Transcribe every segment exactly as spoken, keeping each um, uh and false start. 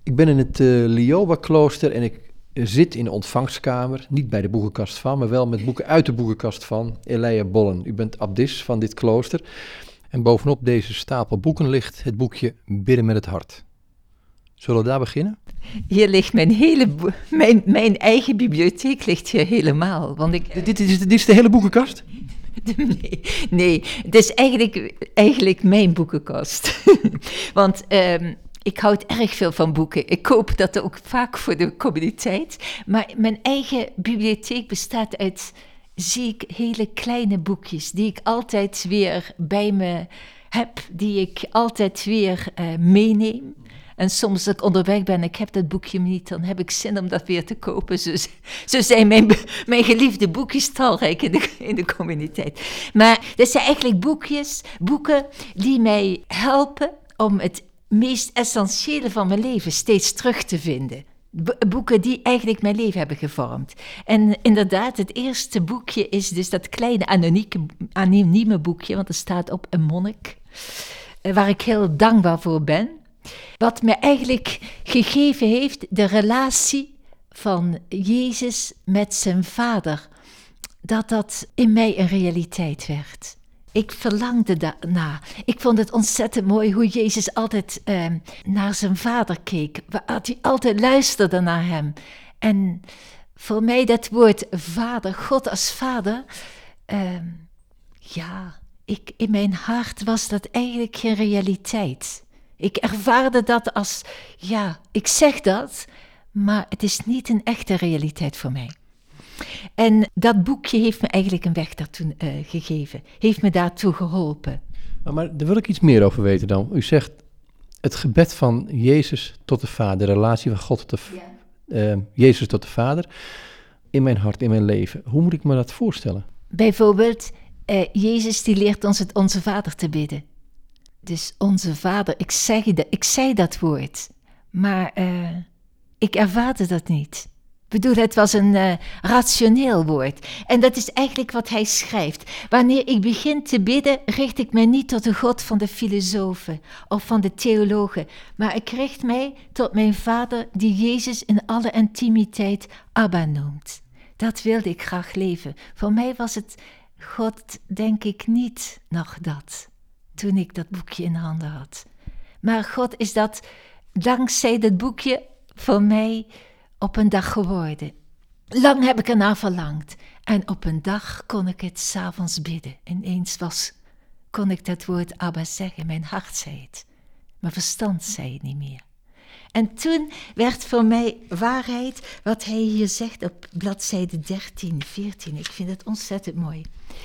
Ik ben in het uh, Lioba-klooster en ik zit in de ontvangstkamer. Niet bij de boekenkast van, maar wel met boeken uit de boekenkast van Elia Bollen. U bent abdis van dit klooster. En bovenop deze stapel boeken ligt het boekje Bidden met het hart. Zullen we daar beginnen? Hier ligt mijn hele, bo- mijn, mijn eigen bibliotheek ligt hier helemaal. Want ik, Dit, dit, is, dit is de hele boekenkast? nee, nee, het is eigenlijk, eigenlijk mijn boekenkast. Want um, ik houd erg veel van boeken. Ik koop dat ook vaak voor de communiteit. Maar mijn eigen bibliotheek bestaat uit, zie ik, hele kleine boekjes die ik altijd weer bij me heb, die ik altijd weer uh, meeneem. En soms als ik onderweg ben, ik heb dat boekje niet, dan heb ik zin om dat weer te kopen. Zo, zo zijn mijn, mijn geliefde boekjes talrijk in de, in de communiteit. Maar dat zijn eigenlijk boekjes, boeken die mij helpen om het meest essentiële van mijn leven steeds terug te vinden. Bo- boeken die eigenlijk mijn leven hebben gevormd. En inderdaad, het eerste boekje is dus dat kleine anonieke, anonieme boekje, want er staat op een monnik, waar ik heel dankbaar voor ben. Wat me eigenlijk gegeven heeft de relatie van Jezus met zijn vader. Dat dat in mij een realiteit werd. Ik verlangde daarna. Ik vond het ontzettend mooi hoe Jezus altijd uh, naar zijn vader keek. Dat hij altijd luisterde naar hem. En voor mij dat woord vader, God als vader. Uh, ja, ik, in mijn hart was dat eigenlijk geen realiteit. Ik ervaarde dat als, ja, ik zeg dat, maar het is niet een echte realiteit voor mij. En dat boekje heeft me eigenlijk een weg daartoe uh, gegeven, heeft me daartoe geholpen. Maar, maar daar wil ik iets meer over weten dan. U zegt het gebed van Jezus tot de Vader, de relatie van God tot de, ja. uh, Jezus tot de Vader, in mijn hart, in mijn leven. Hoe moet ik me dat voorstellen? Bijvoorbeeld, uh, Jezus die leert ons het Onze Vader te bidden. Dus Onze Vader, ik, zeg dat, ik zei dat woord, maar uh, ik ervaarde dat niet. Ik bedoel, het was een uh, rationeel woord. En dat is eigenlijk wat hij schrijft. Wanneer ik begin te bidden, richt ik mij niet tot de God van de filosofen of van de theologen, maar ik richt mij tot mijn Vader die Jezus in alle intimiteit Abba noemt. Dat wilde ik graag leven. Voor mij was het God, denk ik, niet nog dat. Toen ik dat boekje in handen had. Maar God is dat dankzij dat boekje voor mij op een dag geworden. Lang heb ik ernaar verlangd. En op een dag kon ik het 's avonds bidden. Ineens was, kon ik dat woord Abba zeggen. Mijn hart zei het. Mijn verstand zei het niet meer. En toen werd voor mij waarheid wat hij hier zegt op bladzijde dertien, veertien. Ik vind het ontzettend mooi.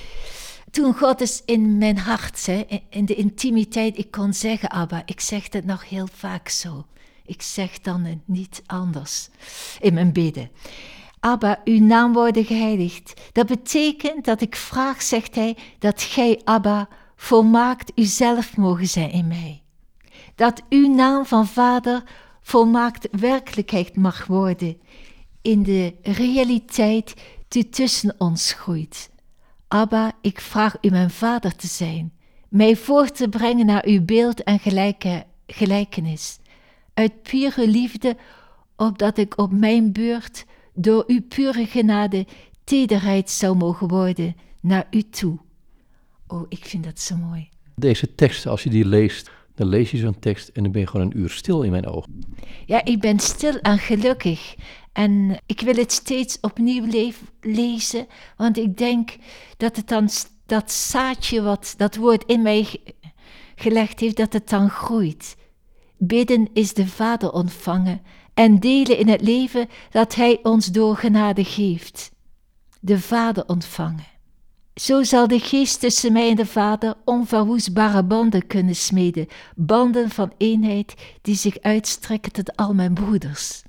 Toen God is in mijn hart, hè, in de intimiteit, ik kon zeggen, Abba, ik zeg het nog heel vaak zo. Ik zeg dan niet anders in mijn bidden. Abba, uw naam worden geheiligd. Dat betekent dat ik vraag, zegt hij, dat gij, Abba, volmaakt uzelf mogen zijn in mij. Dat uw naam van Vader volmaakt werkelijkheid mag worden in de realiteit die tussen ons groeit. Abba, ik vraag u mijn vader te zijn, mij voor te brengen naar uw beeld en gelijke, gelijkenis, uit pure liefde, opdat ik op mijn beurt door uw pure genade tederheid zou mogen worden naar u toe. Oh, ik vind dat zo mooi. Deze tekst, als je die leest, dan lees je zo'n tekst en dan ben je gewoon een uur stil in mijn ogen. Ja, ik ben stil en gelukkig. En ik wil het steeds opnieuw le- lezen, want ik denk dat het dan, dat zaadje wat dat woord in mij ge- gelegd heeft, dat het dan groeit. Bidden is de Vader ontvangen en delen in het leven dat Hij ons door genade geeft. De Vader ontvangen. Zo zal de Geest tussen mij en de Vader onverwoestbare banden kunnen smeden, banden van eenheid die zich uitstrekken tot al mijn broeders.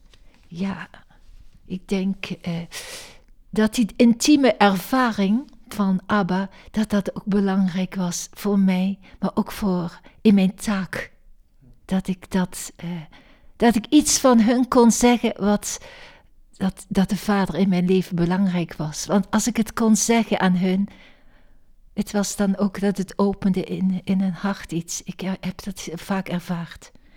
Ja, ik denk uh, dat die intieme ervaring van Abba, dat dat ook belangrijk was voor mij, maar ook voor in mijn taak. Dat ik dat, uh, dat ik iets van hun kon zeggen wat, dat, dat de Vader in mijn leven belangrijk was. Want als ik het kon zeggen aan hun, het was dan ook dat het opende in, in hun hart iets. Ik heb dat vaak ervaard.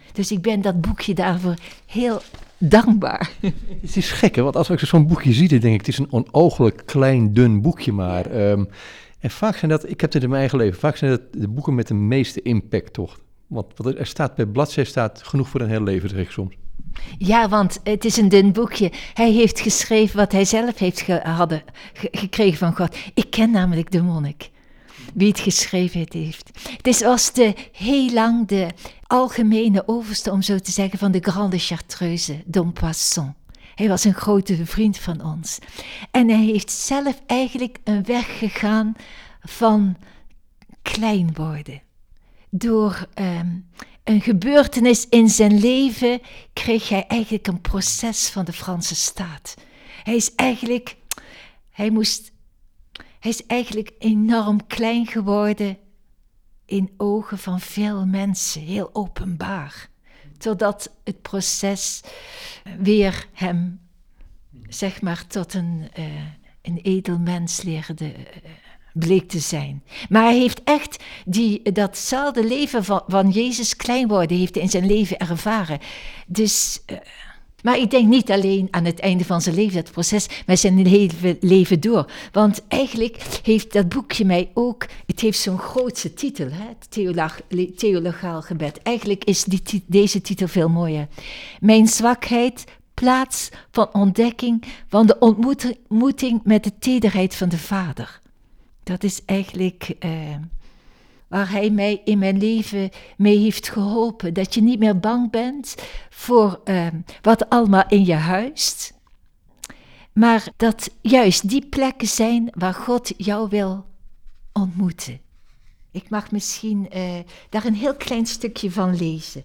Dus ik ben dat boekje daarvoor heel dankbaar. Het is gek, hè? Want als ik zo'n boekje zie, dan denk ik, het is een onooglijk klein, dun boekje maar. Um, en vaak zijn dat, ik heb het in mijn eigen leven, vaak zijn dat de boeken met de meeste impact toch. Want wat er staat per bladzijde staat genoeg voor een heel leven, zeg ik soms. Ja, want het is een dun boekje. Hij heeft geschreven wat hij zelf heeft ge- hadden, ge- gekregen van God. Ik ken namelijk de monnik, wie het geschreven heeft. Het is, was de, heel lang de algemene overste, om zo te zeggen, van de Grande Chartreuse, Dom Poisson. Hij was een grote vriend van ons. En hij heeft zelf eigenlijk een weg gegaan van klein worden. Door um, een gebeurtenis in zijn leven kreeg hij eigenlijk een proces van de Franse staat. Hij is eigenlijk, hij moest, hij is eigenlijk enorm klein geworden in ogen van veel mensen, heel openbaar. Totdat het proces weer hem, zeg maar, tot een, uh, een edel mens leerde uh, bleek te zijn. Maar hij heeft echt die, datzelfde leven van, van Jezus klein worden, heeft hij in zijn leven ervaren. Dus, uh, maar ik denk niet alleen aan het einde van zijn leven, dat proces, maar zijn hele leven door. Want eigenlijk heeft dat boekje mij ook, het heeft zo'n grootse titel, hè? Theolog, theologaal gebed. Eigenlijk is die, deze titel veel mooier. Mijn zwakheid, plaats van ontdekking, van de ontmoeting met de tederheid van de Vader. Dat is eigenlijk uh, waar hij mij in mijn leven mee heeft geholpen. Dat je niet meer bang bent voor uh, wat allemaal in je huist. Maar dat juist die plekken zijn waar God jou wil ontmoeten. Ik mag misschien uh, daar een heel klein stukje van lezen.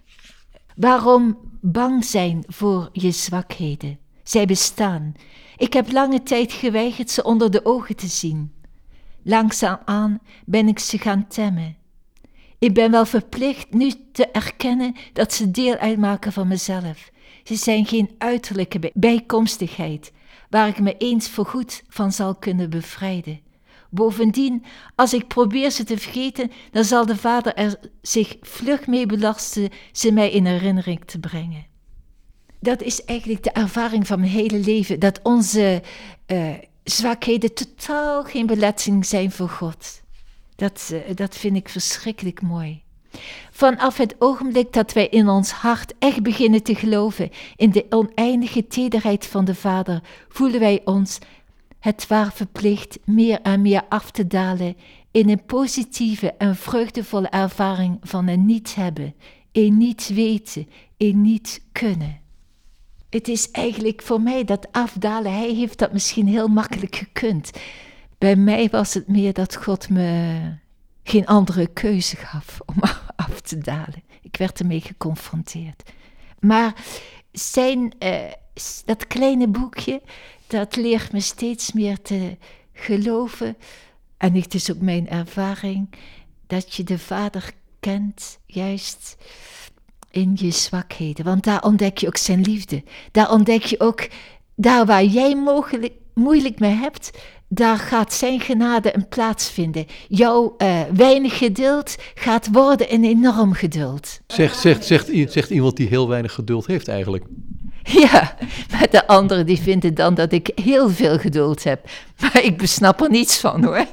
Waarom bang zijn voor je zwakheden? Zij bestaan. Ik heb lange tijd geweigerd ze onder de ogen te zien. Langzaamaan ben ik ze gaan temmen. Ik ben wel verplicht nu te erkennen dat ze deel uitmaken van mezelf. Ze zijn geen uiterlijke bijkomstigheid, waar ik me eens voorgoed van zal kunnen bevrijden. Bovendien, als ik probeer ze te vergeten, dan zal de Vader er zich vlug mee belasten ze mij in herinnering te brengen. Dat is eigenlijk de ervaring van mijn hele leven, dat onze uh, zwakheden totaal geen beletsing zijn voor God. Dat, uh, dat vind ik verschrikkelijk mooi. Vanaf het ogenblik dat wij in ons hart echt beginnen te geloven in de oneindige tederheid van de Vader, voelen wij ons het waar verplicht meer en meer af te dalen in een positieve en vreugdevolle ervaring van een niet hebben, een niet weten, een niet kunnen. Het is eigenlijk voor mij dat afdalen, hij heeft dat misschien heel makkelijk gekund. Bij mij was het meer dat God me geen andere keuze gaf om af te dalen. Ik werd ermee geconfronteerd. Maar zijn, uh, dat kleine boekje, dat leert me steeds meer te geloven. En het is ook mijn ervaring dat je de Vader kent, juist in je zwakheden. Want daar ontdek je ook zijn liefde. Daar ontdek je ook, daar waar jij mogelijk, moeilijk mee hebt, daar gaat zijn genade een plaats vinden. Jouw uh, weinig geduld gaat worden een enorm geduld. Zegt, zegt, zegt, zegt iemand die heel weinig geduld heeft eigenlijk. Ja, maar de anderen die vinden dan dat ik heel veel geduld heb. Maar ik besnap er niets van, hoor.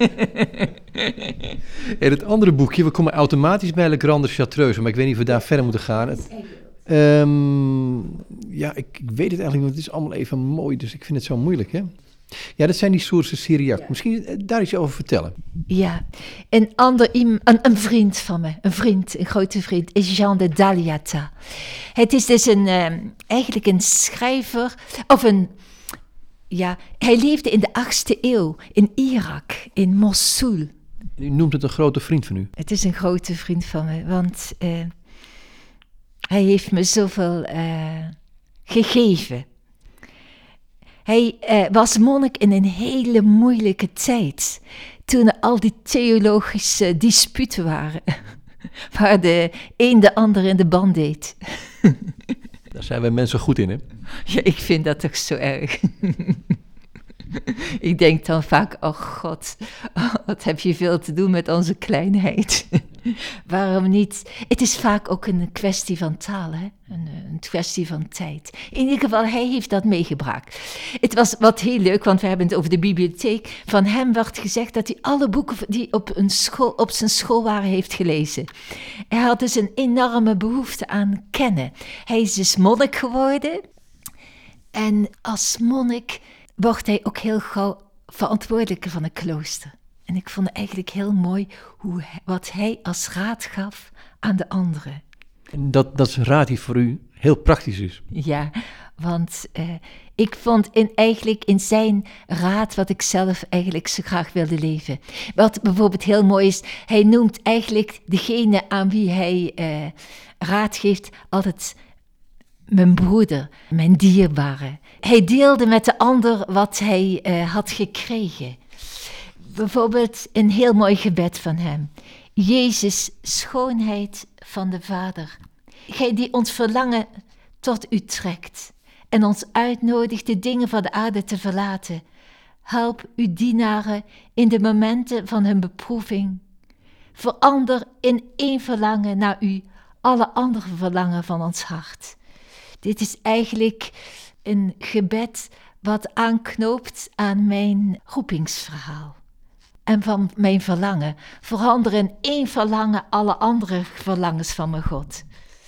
En het andere boekje, we komen automatisch bij Le Grande Chartreuse, maar ik weet niet of we daar verder moeten gaan. Het, um, ja, ik, ik weet het eigenlijk niet, want het is allemaal even mooi, dus ik vind het zo moeilijk, hè. Ja, dat zijn die Source Syriac. Misschien daar iets over vertellen. Ja, een ander, een, een vriend van me, een vriend, een grote vriend, is Jean de Dalyatha. Het is dus een, um, eigenlijk een schrijver, of een, ja, hij leefde in de achtste eeuw in Irak, in Mosul. U noemt het een grote vriend van u. Het is een grote vriend van me, want uh, hij heeft me zoveel uh, gegeven. Hij uh, was monnik in een hele moeilijke tijd, toen er al die theologische disputen waren, waar de een de ander in de ban deed. Daar zijn wij mensen goed in, hè? Ja, ik vind dat toch zo erg. Ik denk dan vaak, oh God, oh, wat heb je veel te doen met onze kleinheid. Waarom niet? Het is vaak ook een kwestie van taal, hè? Een, een kwestie van tijd. In ieder geval, hij heeft dat meegebracht. Het was wat heel leuk, want we hebben het over de bibliotheek. Van hem werd gezegd dat hij alle boeken die op, een school, op zijn school waren, heeft gelezen. Hij had dus een enorme behoefte aan kennen. Hij is dus monnik geworden. En als monnik wordt hij ook heel gauw verantwoordelijke van een klooster. En ik vond het eigenlijk heel mooi hoe, wat hij als raad gaf aan de anderen. En dat, dat is een raad die voor u heel praktisch is. Ja, want uh, ik vond in, eigenlijk in zijn raad wat ik zelf eigenlijk zo graag wilde leven. Wat bijvoorbeeld heel mooi is, hij noemt eigenlijk degene aan wie hij uh, raad geeft altijd mijn broeder, mijn dierbare. Hij deelde met de ander wat hij uh, had gekregen. Bijvoorbeeld een heel mooi gebed van hem. Jezus, schoonheid van de Vader. Gij die ons verlangen tot u trekt en ons uitnodigt de dingen van de aarde te verlaten. Help uw dienaren in de momenten van hun beproeving. Verander in één verlangen naar u alle andere verlangen van ons hart. Dit is eigenlijk een gebed wat aanknoopt aan mijn roepingsverhaal. En van mijn verlangen. Verander in één verlangen alle andere verlangens van mijn God.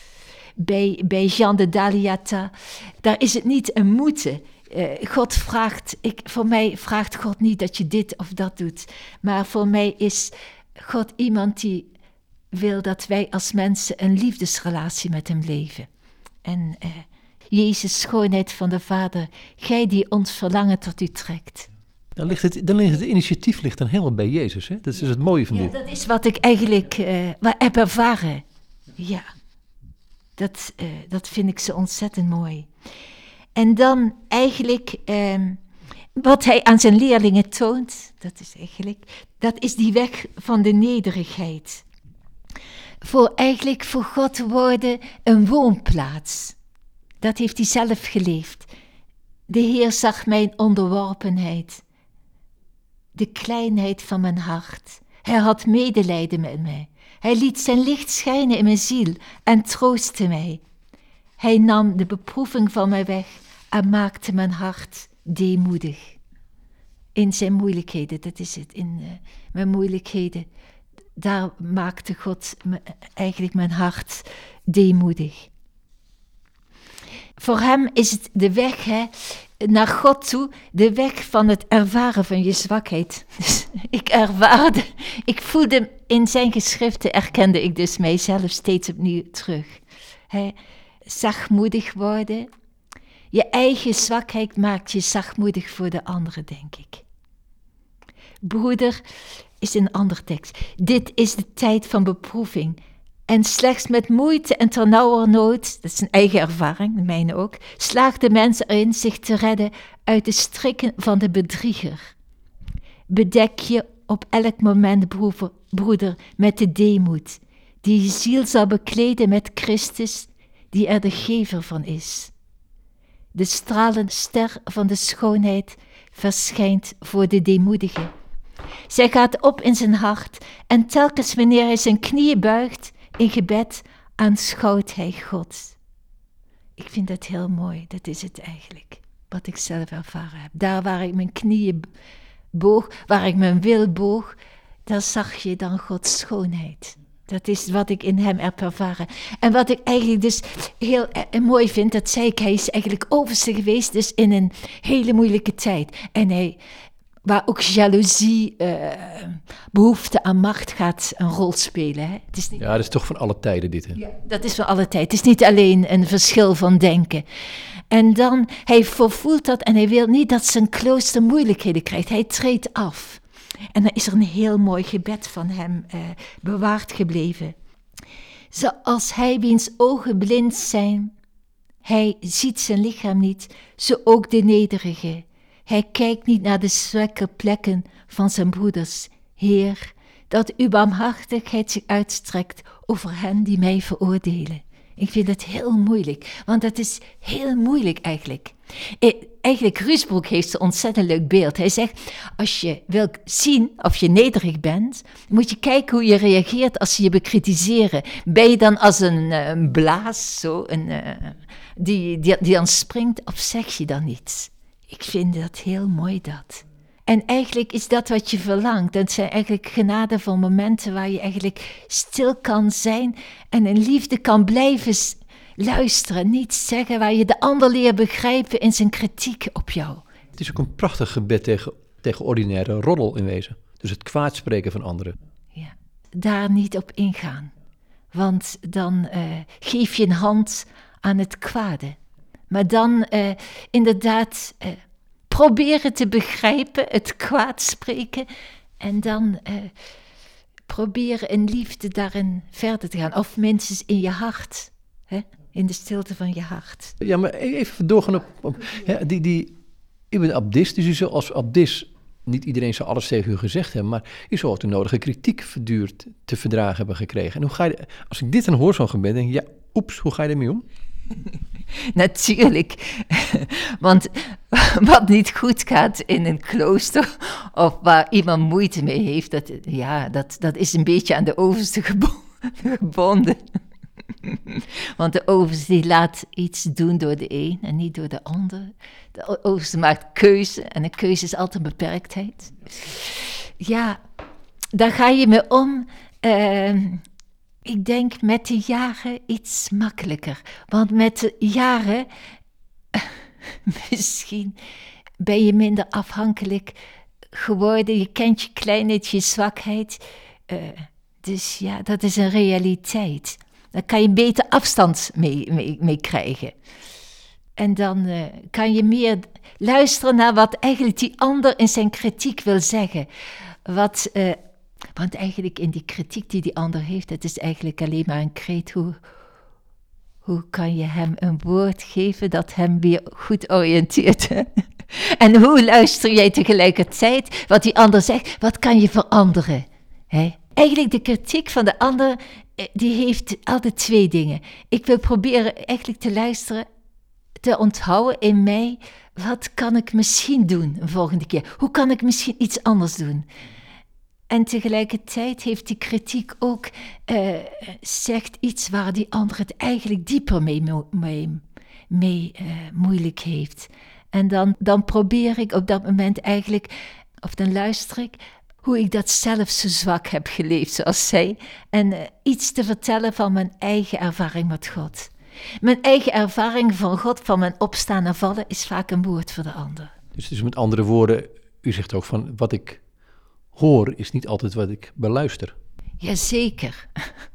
Bij, bij Jean de Dalyatha, daar is het niet een moeten. Uh, God vraagt, ik, voor mij vraagt God niet dat je dit of dat doet. Maar voor mij is God iemand die wil dat wij als mensen een liefdesrelatie met hem leven. En uh, Jezus, schoonheid van de Vader, gij die ons verlangen tot u trekt. Dan ligt het, dan ligt het initiatief ligt dan helemaal bij Jezus. Hè? Dat is het mooie van ja, dit. Dat is wat ik eigenlijk uh, heb ervaren. Ja, dat, uh, dat vind ik zo ontzettend mooi. En dan eigenlijk, uh, wat hij aan zijn leerlingen toont, dat is eigenlijk, dat is die weg van de nederigheid. Voor eigenlijk voor God worden een woonplaats. Dat heeft hij zelf geleefd. De Heer zag mijn onderworpenheid. De kleinheid van mijn hart. Hij had medelijden met mij. Hij liet zijn licht schijnen in mijn ziel en troostte mij. Hij nam de beproeving van mij weg en maakte mijn hart deemoedig. In zijn moeilijkheden, dat is het, in uh, mijn moeilijkheden, daar maakte God me, eigenlijk mijn hart deemoedig. Voor hem is het de weg hè, naar God toe, de weg van het ervaren van je zwakheid. Dus ik ervaarde, ik voelde in zijn geschriften, erkende ik dus mijzelf steeds opnieuw terug. Hè, zachtmoedig worden, je eigen zwakheid maakt je zachtmoedig voor de anderen, denk ik. Broeder is een ander tekst. Dit is de tijd van beproeving. En slechts met moeite en ternauwernood, dat is een eigen ervaring, de mijne ook, slaagt de mens erin zich te redden uit de strikken van de bedrieger. Bedek je op elk moment, broeder, broeder, met de deemoed, die je ziel zal bekleden met Christus, die er de gever van is. De stralende ster van de schoonheid verschijnt voor de deemoedige. Zij gaat op in zijn hart en telkens wanneer hij zijn knieën buigt in gebed, aanschouwt hij God. Ik vind dat heel mooi, dat is het eigenlijk, wat ik zelf ervaren heb. Daar waar ik mijn knieën boog, waar ik mijn wil boog, daar zag je dan Gods schoonheid. Dat is wat ik in hem heb ervaren. En wat ik eigenlijk dus heel eh, mooi vind, dat zei ik, hij is eigenlijk overste geweest, dus in een hele moeilijke tijd. En hij, waar ook jaloezie, uh, behoefte aan macht gaat een rol spelen. Hè? Het is niet... Ja, dat is toch van alle tijden dit. Hè? Ja, dat is van alle tijd. Het is niet alleen een verschil van denken. En dan, hij vervoelt dat en hij wil niet dat zijn klooster moeilijkheden krijgt. Hij treedt af. En dan is er een heel mooi gebed van hem uh, bewaard gebleven. Zoals hij wiens ogen blind zijn, hij ziet zijn lichaam niet, zo ook de nederige. Hij kijkt niet naar de zwakke plekken van zijn broeders. Heer, dat uw barmhartigheid zich uitstrekt over hen die mij veroordelen. Ik vind het heel moeilijk, want dat is heel moeilijk eigenlijk. Eh, eigenlijk, Ruusbroek heeft een ontzettend leuk beeld. Hij zegt, als je wil zien of je nederig bent, moet je kijken hoe je reageert als ze je bekritiseren. Ben je dan als een, uh, een blaas, zo, een, uh, die, die, die dan springt, of zeg je dan niets? Ik vind dat heel mooi, dat. En eigenlijk is dat wat je verlangt. Dat zijn eigenlijk genadevol momenten waar je eigenlijk stil kan zijn en in liefde kan blijven luisteren. Niet zeggen, waar je de ander leert begrijpen in zijn kritiek op jou. Het is ook een prachtig gebed tegen, tegen ordinaire roddel in wezen. Dus het kwaadspreken van anderen. Ja, daar niet op ingaan. Want dan uh, geef je een hand aan het kwade. Maar dan uh, inderdaad... Uh, Proberen te begrijpen, het kwaad spreken en dan uh, proberen in liefde daarin verder te gaan. Of minstens in je hart, hè? In de stilte van je hart. Ja, maar even doorgaan op... op ja, die, die, ik ben abdist, dus u zou als abdist... Niet iedereen zou alles tegen u gezegd hebben, maar u zou ook de nodige kritiek verduurd te verdragen hebben gekregen. En hoe ga je... Als ik dit dan hoor, zo'n gebed, denk ik, ja, oeps, hoe ga je ermee om? Natuurlijk, want wat niet goed gaat in een klooster of waar iemand moeite mee heeft, dat, ja, dat, dat is een beetje aan de overste gebo- gebonden. Want de overste die laat iets doen door de een en niet door de ander. De overste maakt keuze en een keuze is altijd een beperktheid. Ja, daar ga je mee om... Uh, Ik denk met de jaren iets makkelijker. Want met de jaren, misschien ben je minder afhankelijk geworden. Je kent je kleinheid, je zwakheid. Uh, dus ja, dat is een realiteit. Daar kan je beter afstand mee, mee, mee krijgen. En dan uh, kan je meer luisteren naar wat eigenlijk die ander in zijn kritiek wil zeggen. Wat... Uh, Want eigenlijk in die kritiek die die ander heeft, het is eigenlijk alleen maar een kreet. Hoe, hoe kan je hem een woord geven dat hem weer goed oriënteert? Hè? En hoe luister jij tegelijkertijd wat die ander zegt? Wat kan je veranderen? Hè? Eigenlijk de kritiek van de ander, die heeft altijd twee dingen. Ik wil proberen eigenlijk te luisteren, te onthouden in mij. Wat kan ik misschien doen een volgende keer? Hoe kan ik misschien iets anders doen? En tegelijkertijd heeft die kritiek ook, uh, zegt iets waar die ander het eigenlijk dieper mee, mee, mee uh, moeilijk heeft. En dan, dan probeer ik op dat moment eigenlijk, of dan luister ik, hoe ik dat zelf zo zwak heb geleefd, zoals zij. En uh, iets te vertellen van mijn eigen ervaring met God. Mijn eigen ervaring van God, van mijn opstaan en vallen, is vaak een woord voor de ander. Dus, dus met andere woorden, u zegt ook van wat ik... hoor is niet altijd wat ik beluister. Jazeker.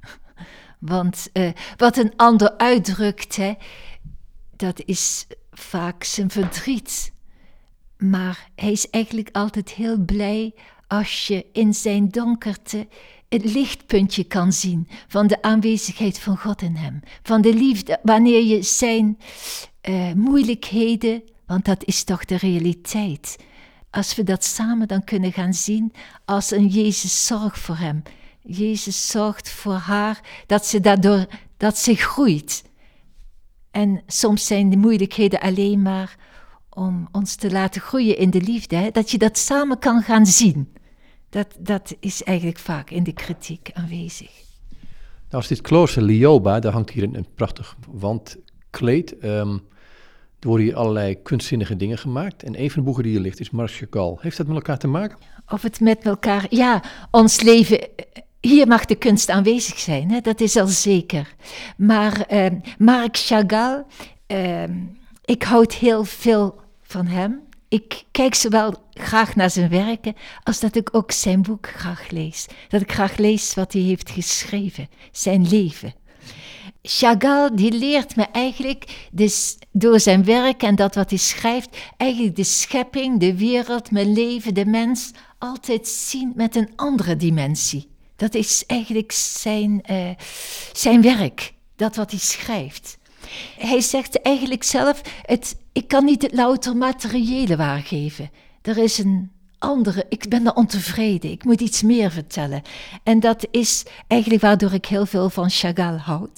Want uh, wat een ander uitdrukt, hè, dat is vaak zijn verdriet. Maar hij is eigenlijk altijd heel blij als je in zijn donkerte het lichtpuntje kan zien van de aanwezigheid van God in hem. Van de liefde, wanneer je zijn uh, moeilijkheden, want dat is toch de realiteit. Als we dat samen dan kunnen gaan zien als een Jezus zorgt voor hem. Jezus zorgt voor haar, dat ze daardoor, dat ze groeit. En soms zijn de moeilijkheden alleen maar om ons te laten groeien in de liefde. Hè? Dat je dat samen kan gaan zien. Dat, dat is eigenlijk vaak in de kritiek aanwezig. Nou, als dit klooster Lioba, daar hangt hier een, een prachtig wandkleed. Um, Er worden hier allerlei kunstzinnige dingen gemaakt. En een van de boeken die hier ligt is Marc Chagall. Heeft dat met elkaar te maken? Of het met elkaar... Ja, ons leven... Hier mag de kunst aanwezig zijn, hè? Dat is al zeker. Maar uh, Marc Chagall... Uh, ik houd heel veel van hem. Ik kijk zowel graag naar zijn werken... als dat ik ook zijn boek graag lees. Dat ik graag lees wat hij heeft geschreven. Zijn leven. Chagall die leert me eigenlijk dus door zijn werk en dat wat hij schrijft, eigenlijk de schepping, de wereld, mijn leven, de mens, altijd zien met een andere dimensie. Dat is eigenlijk zijn, uh, zijn werk, dat wat hij schrijft. Hij zegt eigenlijk zelf, het, ik kan niet het louter materiële waargeven. Er is een andere, ik ben er ontevreden, ik moet iets meer vertellen. En dat is eigenlijk waardoor ik heel veel van Chagall houd.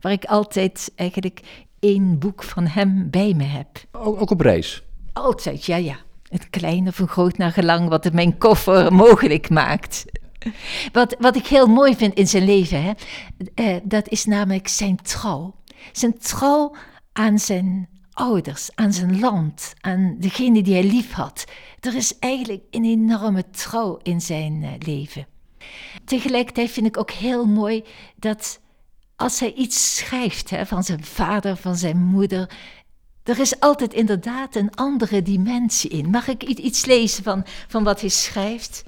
waar ik altijd eigenlijk één boek van hem bij me heb. Ook, ook op reis? Altijd, ja, ja. Het klein of een groot naar gelang wat het mijn koffer mogelijk maakt. Wat, wat ik heel mooi vind in zijn leven, hè, uh, dat is namelijk zijn trouw. Zijn trouw aan zijn ouders, aan zijn land, aan degene die hij lief had. Er is eigenlijk een enorme trouw in zijn uh, leven. Tegelijkertijd vind ik ook heel mooi dat als hij iets schrijft, hè, van zijn vader, van zijn moeder, er is altijd inderdaad een andere dimensie in. Mag ik iets lezen van, van wat hij schrijft?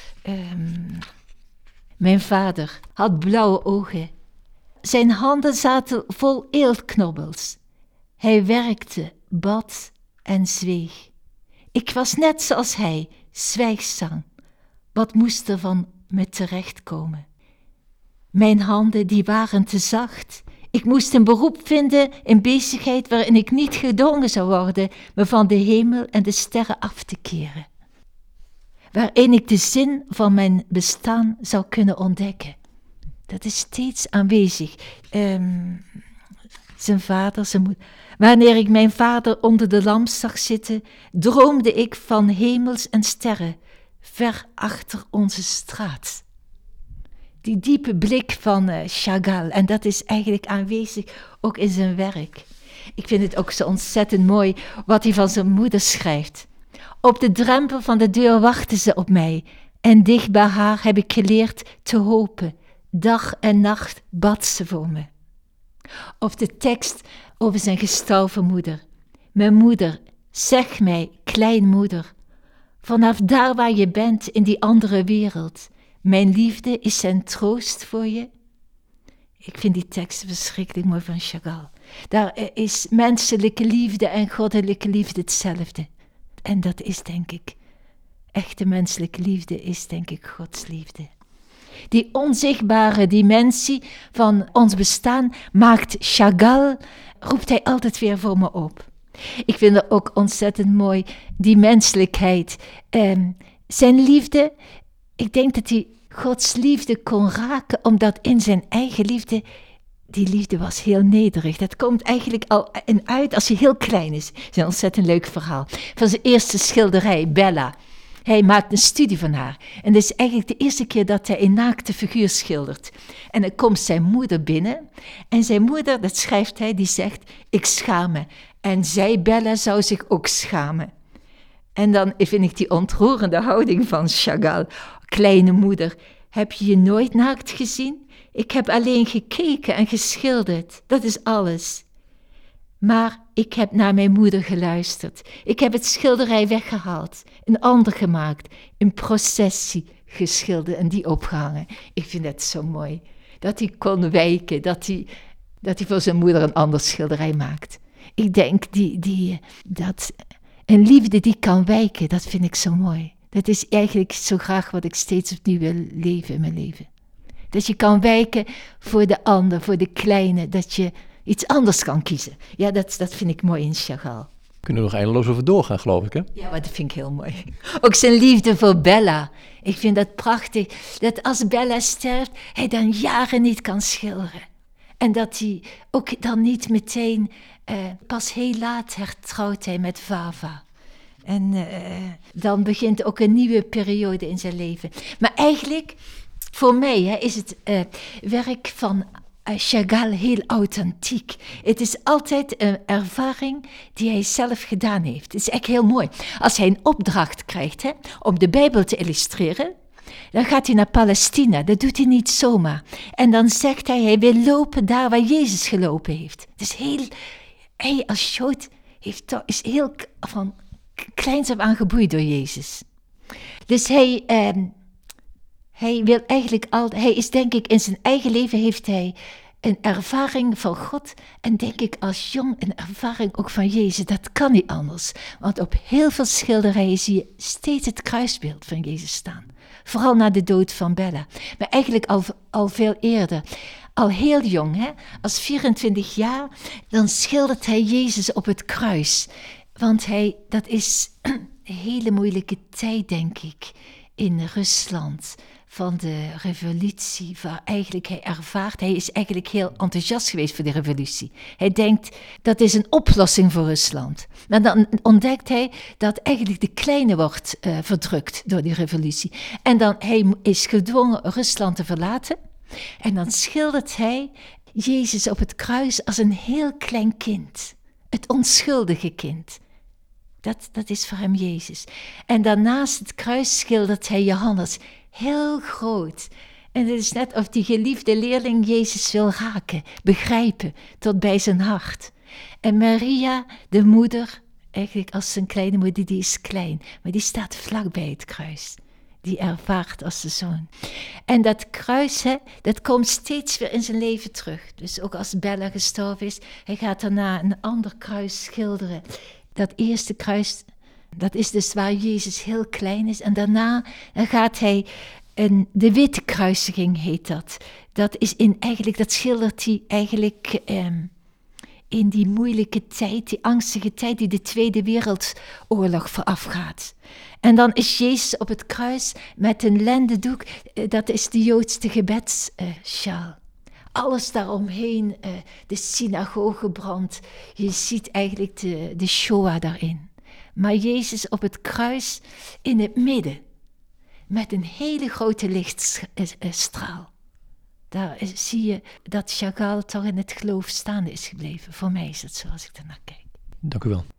Um, mijn vader had blauwe ogen. Zijn handen zaten vol eeltknobbels. Hij werkte, bad en zweeg. Ik was net zoals hij, zwijgzaam. Wat moest er van me terechtkomen? Mijn handen die waren te zacht. Ik moest een beroep vinden, een bezigheid waarin ik niet gedwongen zou worden me van de hemel en de sterren af te keren. Waarin ik de zin van mijn bestaan zou kunnen ontdekken. Dat is steeds aanwezig. Um, zijn vader, zijn moeder. Wanneer ik mijn vader onder de lamp zag zitten, droomde ik van hemels en sterren, ver achter onze straat. Die diepe blik van uh, Chagall, en dat is eigenlijk aanwezig ook in zijn werk. Ik vind het ook zo ontzettend mooi wat hij van zijn moeder schrijft. Op de drempel van de deur wachtte ze op mij en dicht bij haar heb ik geleerd te hopen. Dag en nacht bad ze voor me. Of de tekst over zijn gestorven moeder. Mijn moeder, zeg mij, kleinmoeder, vanaf daar waar je bent in die andere wereld, mijn liefde is zijn troost voor je. Ik vind die tekst verschrikkelijk mooi van Chagall. Daar is menselijke liefde en goddelijke liefde hetzelfde. En dat is denk ik, echte menselijke liefde is denk ik Gods liefde. Die onzichtbare dimensie van ons bestaan maakt Chagall, roept hij altijd weer voor me op. Ik vind het ook ontzettend mooi, die menselijkheid. Um, zijn liefde, ik denk dat hij Gods liefde kon raken, omdat in zijn eigen liefde, die liefde was heel nederig. Dat komt eigenlijk al in uit als hij heel klein is. Dat is een ontzettend leuk verhaal. Van zijn eerste schilderij, Bella. Hij maakt een studie van haar. En dat is eigenlijk de eerste keer dat hij een naakte figuur schildert. En dan komt zijn moeder binnen. En zijn moeder, dat schrijft hij, die zegt, ik schaam me. En zij, Bella, zou zich ook schamen. En dan vind ik die ontroerende houding van Chagall. Kleine moeder, heb je je nooit naakt gezien? Ik heb alleen gekeken en geschilderd. Dat is alles. Maar ik heb naar mijn moeder geluisterd. Ik heb het schilderij weggehaald, een ander gemaakt, een processie geschilderd en die opgehangen. Ik vind dat zo mooi. Dat hij kon wijken, dat hij, dat hij voor zijn moeder een ander schilderij maakt. Ik denk die, die, dat een liefde die kan wijken, dat vind ik zo mooi. Dat is eigenlijk zo graag wat ik steeds opnieuw wil leven in mijn leven. Dat je kan wijken voor de ander, voor de kleine, dat je iets anders kan kiezen. Ja, dat, dat vind ik mooi in Chagall. Kunnen we nog eindeloos over doorgaan, geloof ik, hè? Ja, maar dat vind ik heel mooi. Ook zijn liefde voor Bella. Ik vind dat prachtig, dat als Bella sterft, hij dan jaren niet kan schilderen. En dat hij ook dan niet meteen, uh, pas heel laat hertrouwt hij met Vava. En uh, dan begint ook een nieuwe periode in zijn leven. Maar eigenlijk, voor mij hè, is het uh, werk van uh, Chagall heel authentiek. Het is altijd een ervaring die hij zelf gedaan heeft. Het is echt heel mooi. Als hij een opdracht krijgt hè, om de Bijbel te illustreren, dan gaat hij naar Palestina. Dat doet hij niet zomaar. En dan zegt hij, hij wil lopen daar waar Jezus gelopen heeft. Het is heel, hij als Jood heeft, is heel van kleins af aan geboeid door Jezus. Dus hij, eh, hij wil eigenlijk al, hij is denk ik in zijn eigen leven heeft hij een ervaring van God en denk ik als jong een ervaring ook van Jezus. Dat kan niet anders, want op heel veel schilderijen zie je steeds het kruisbeeld van Jezus staan. Vooral na de dood van Bella, maar eigenlijk al, al veel eerder. Al heel jong, hè? Als vierentwintig jaar, dan schildert hij Jezus op het kruis. Want hij, dat is een hele moeilijke tijd, denk ik, in Rusland van de revolutie, waar eigenlijk hij ervaart, hij is eigenlijk heel enthousiast geweest voor de revolutie. Hij denkt, dat is een oplossing voor Rusland. Maar dan ontdekt hij dat eigenlijk de kleine wordt uh, verdrukt door die revolutie. En dan hij is gedwongen Rusland te verlaten. En dan schildert hij Jezus op het kruis als een heel klein kind. Het onschuldige kind. Dat, dat is voor hem Jezus. En daarnaast het kruis schildert hij Johannes heel groot. En het is net of die geliefde leerling Jezus wil raken, begrijpen, tot bij zijn hart. En Maria, de moeder, eigenlijk als zijn kleine moeder, die is klein, maar die staat vlak bij het kruis. Die ervaart als de zoon. En dat kruis, hè, dat komt steeds weer in zijn leven terug. Dus ook als Bella gestorven is, hij gaat daarna een ander kruis schilderen. Dat eerste kruis, dat is dus waar Jezus heel klein is. En daarna dan gaat hij, een, de witte kruisiging heet dat. Dat is in eigenlijk, dat schildert hij eigenlijk eh, in die moeilijke tijd, die angstige tijd die de Tweede Wereldoorlog voorafgaat. En dan is Jezus op het kruis met een lendendoek, dat is de Joodse gebedssjaal. Alles daaromheen, uh, de synagoge brandt. Je ziet eigenlijk de, de Shoah daarin. Maar Jezus op het kruis in het midden. Met een hele grote lichtstraal. Daar is, zie je dat Chagall toch in het geloof staande is gebleven. Voor mij is het zo als ik ernaar kijk. Dank u wel.